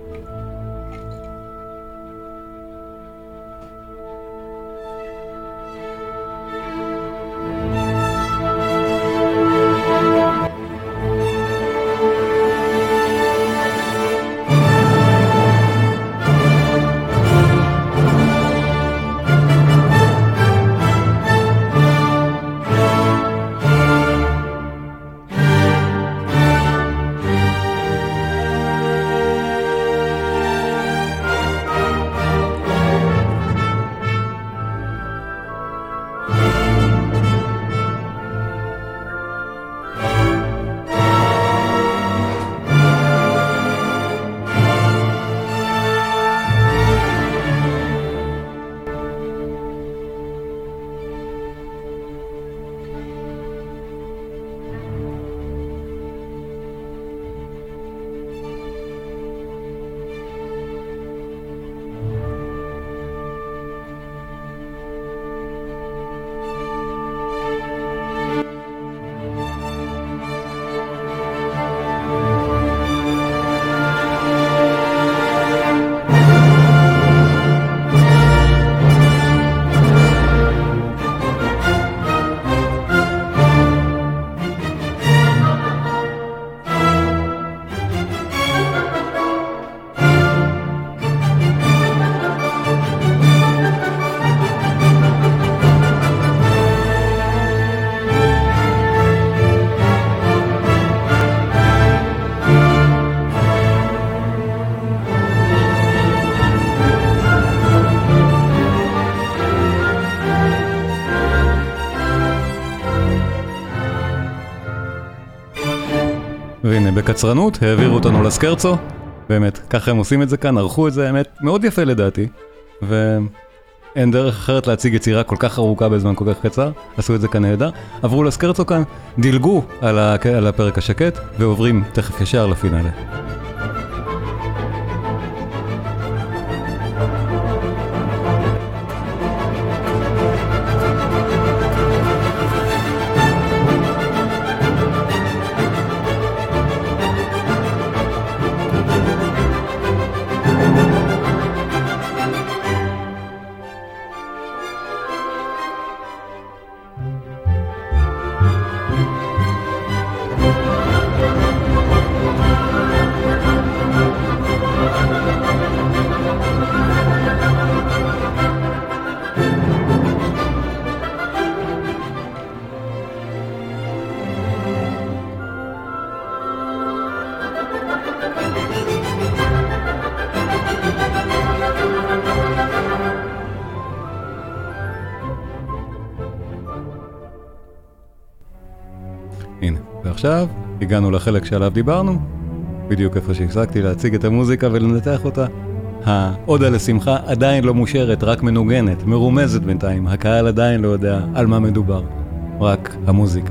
והנה, בקצרנות העבירו אותנו לסקרצו, באמת, ככה הם עושים את זה כאן, ערכו את זה, האמת, מאוד יפה לדעתי, ואין דרך אחרת להציג יצירה כל כך ארוכה בזמן כל כך קצר, עשו את זה כאן נהדר, עברו לסקרצו כאן, דילגו על הפרק השקט, ועוברים תכף ישר לפינאלה. הנה, ועכשיו הגענו לחלק שעליו דיברנו, בדיוק איפה שהפסקתי להציג את המוזיקה ולנתח אותה. העודה לשמחה עדיין לא מושרת, רק מנוגנת, מרומזת בינתיים, הקהל עדיין לא יודע על מה מדובר, רק המוזיקה.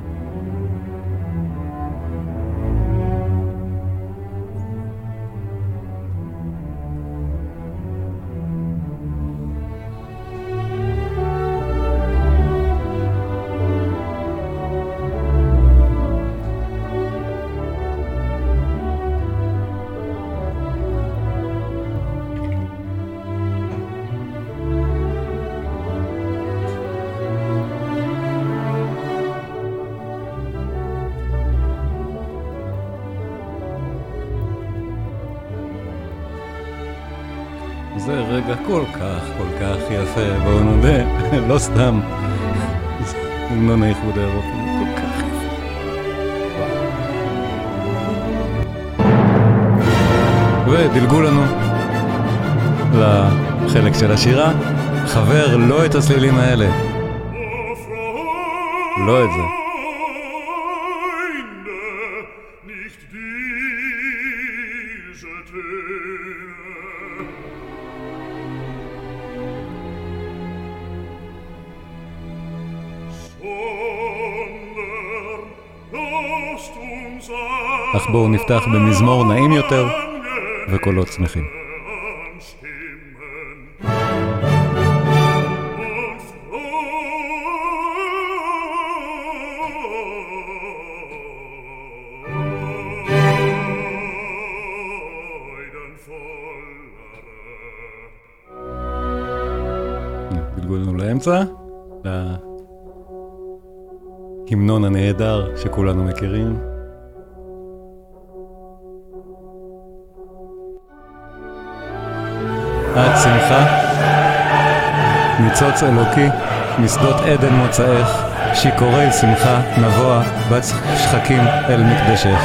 זה רגע כל כך יפה, בואו נודה, לא סתם, המנון האיחוד האירופי, כל כך יפה. ודילגו לנו לחלק של השירה, חבר לא את הסלילים האלה, לא את זה. אך בואו נפתח במזמור נעים יותר וקולות שמחים. גלגולנו לאמצע, להמנון הנהדר שכולנו מכירים. את שמחה, ניצוץ אלוקי, משדות עדן מוצאך, שיקורי שמחה, נבוע, בת שחקים אל מקדשך.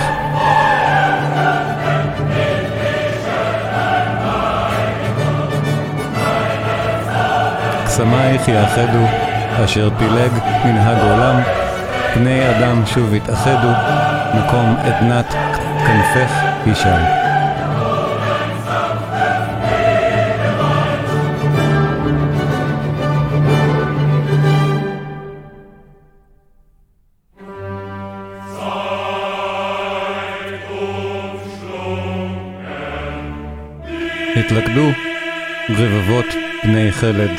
קסמייך יאחדו, אשר פילג מנהג עולם, פני אדם שוב יתאחדו, מקום עדנת כנפך ישאל. התלכדו רבבות בני חלד,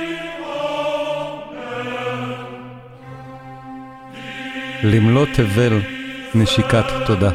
למלוא תבל נשיקת תודה.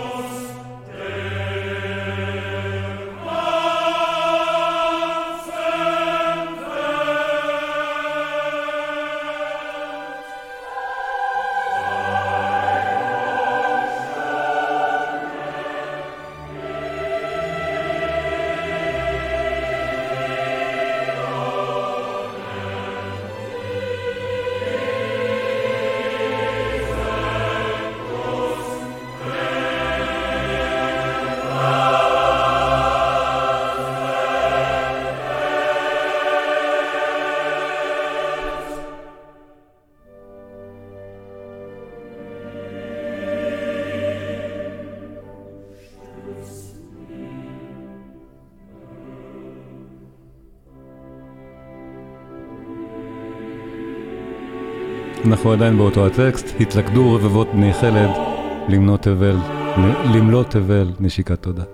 אנחנו עדיין באותו הטקסט, התלכדו רבבות בני חלד, למלוא תבל נשיקת תודה.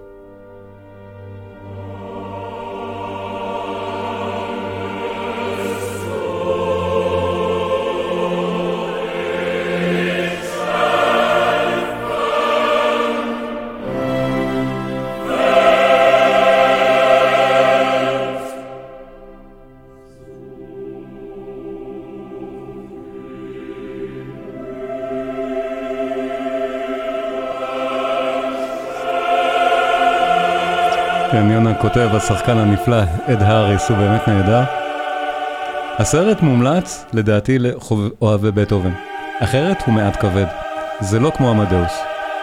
כן, יונה כותב, השחקן הנפלא, אד האריס, הוא באמת נהדר. הסרט מומלץ, לדעתי, לאוהבי בטהובן. אחרת הוא מעט כבד. זה לא כמו עמדאוס.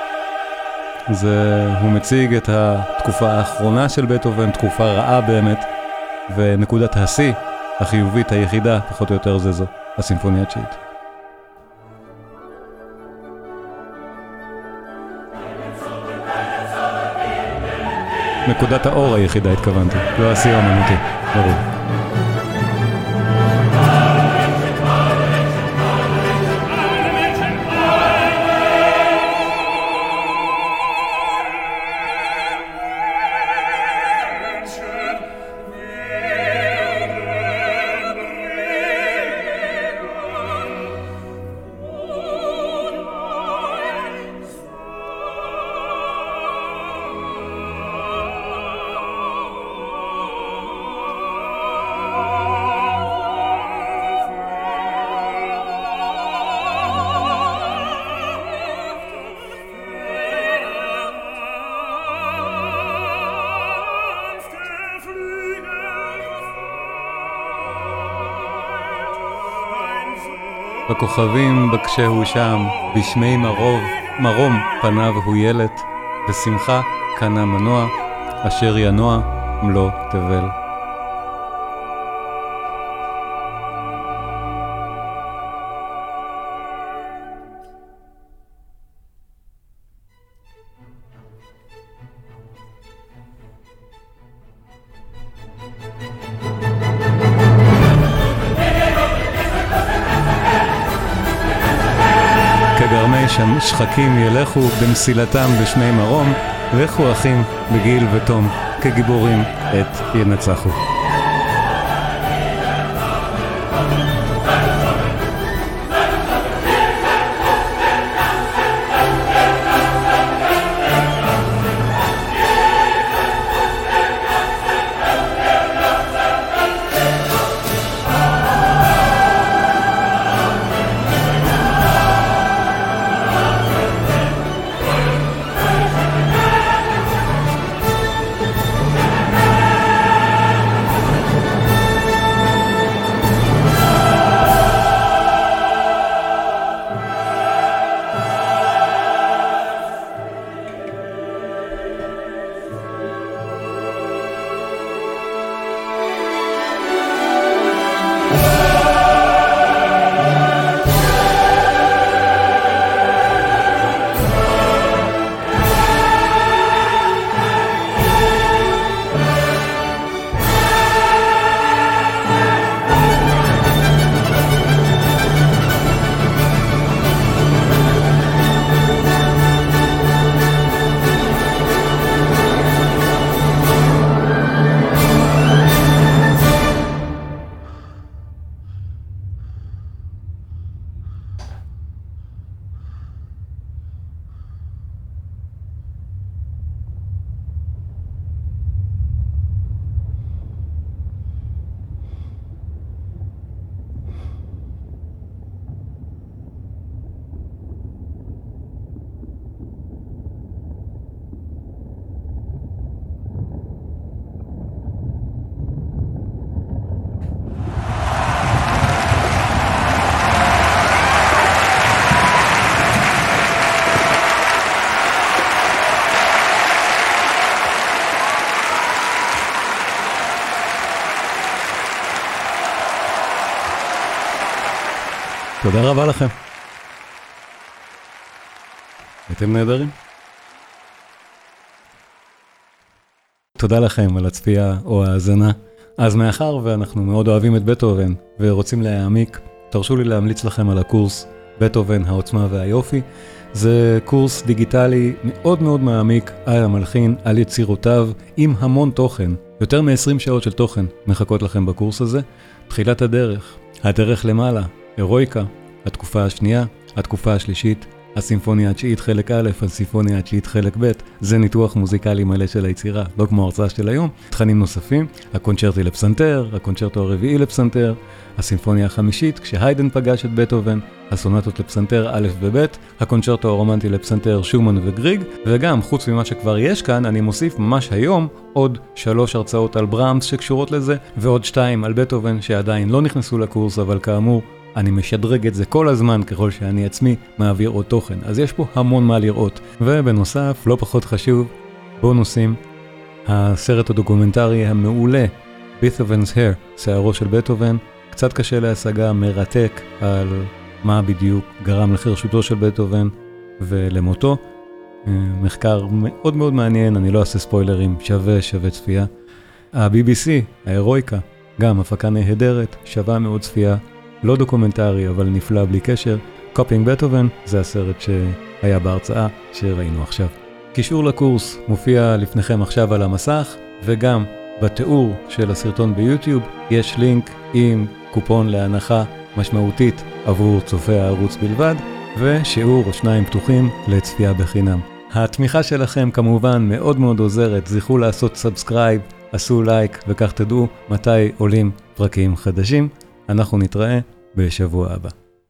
הוא מציג את התקופה האחרונה של בטהובן, תקופה רעה באמת, ונקודת השיא החיובית היחידה, פחות או יותר זו, הסימפוניה התשיעית. נקודת האור היחידה התכוונתי, לא השיא האמנותי, ברור. בכוכבים בקשהו שם, בשמי מרום פניו הוא ילד, בשמחה קנה מנוע, אשר ינוע מלוא תבל. שחקים ילכו במסילתם בשמי מרום, לכו אחים בגיל ותום, כגיבורים את ינצחו. תודה רבה לכם. הייתם נהדרים. תודה לכם על הצפייה או ההאזנה. אז מאחר ואנחנו מאוד אוהבים את בטהובן ורוצים להעמיק, תרשו לי להמליץ לכם על הקורס בטהובן, העוצמה והיופי. זה קורס דיגיטלי מאוד מאוד מעמיק על המלחין, על יצירותיו, עם המון תוכן. יותר מ-20 שעות של תוכן מחכות לכם בקורס הזה. תחילת הדרך למעלה, הירויקה, התקופה השנייה, התקופה השלישית, הסימפוניה התשיעית חלק א', הסימפוניה התשיעית חלק ב', זה ניתוח מוזיקלי מלא של היצירה, לא כמו ההרצאה של היום. תכנים נוספים, הקונצ'רטי לפסנתר, הקונצ'רטו הרביעי לפסנתר, הסימפוניה החמישית, כשהיידן פגש את בטהובן, הסונטות לפסנתר א' וב', הקונצ'רטו הרומנטי לפסנתר שומן וגריג, וגם, חוץ ממה שכבר יש כאן, אני מוסיף ממש היום עוד 3 הרצאות על ברהמס שקשורות לזה, ועוד 2 על בטהובן שעדיין לא נכנסו לקורס, אבל כאמור, אני משדרג את זה כל הזמן ככל שאני עצמי מעביר עוד תוכן. אז יש פה המון מה לראות. ובנוסף, לא פחות חשוב, בונוסים, הסרט הדוקומנטרי המעולה, Beethoven's Hair, שערו של בטהובן, קצת קשה להשגה, מרתק על מה בדיוק גרם לחרשותו של בטהובן ולמותו. מחקר מאוד מאוד מעניין, אני לא אעשה ספוילרים, שווה צפייה. ה-BBC, ההירויקה, גם הפקה נהדרת, שווה מאוד צפייה. לא דוקומנטרי, אבל נפלא בלי קשר. קופינג בטהובן, זה הסרט שהיה בהרצאה שראינו עכשיו. קישור לקורס מופיע לפניכם עכשיו על המסך, וגם בתיאור של הסרטון ביוטיוב יש לינק עם קופון להנחה משמעותית עבור צופי הערוץ בלבד, ושיעור או 2 פתוחים לצפייה בחינם. התמיכה שלכם כמובן מאוד מאוד עוזרת, זכרו לעשות סאבסקרייב, עשו לייק, וכך תדעו מתי עולים פרקים חדשים. אנחנו נתראה בשבוע הבא.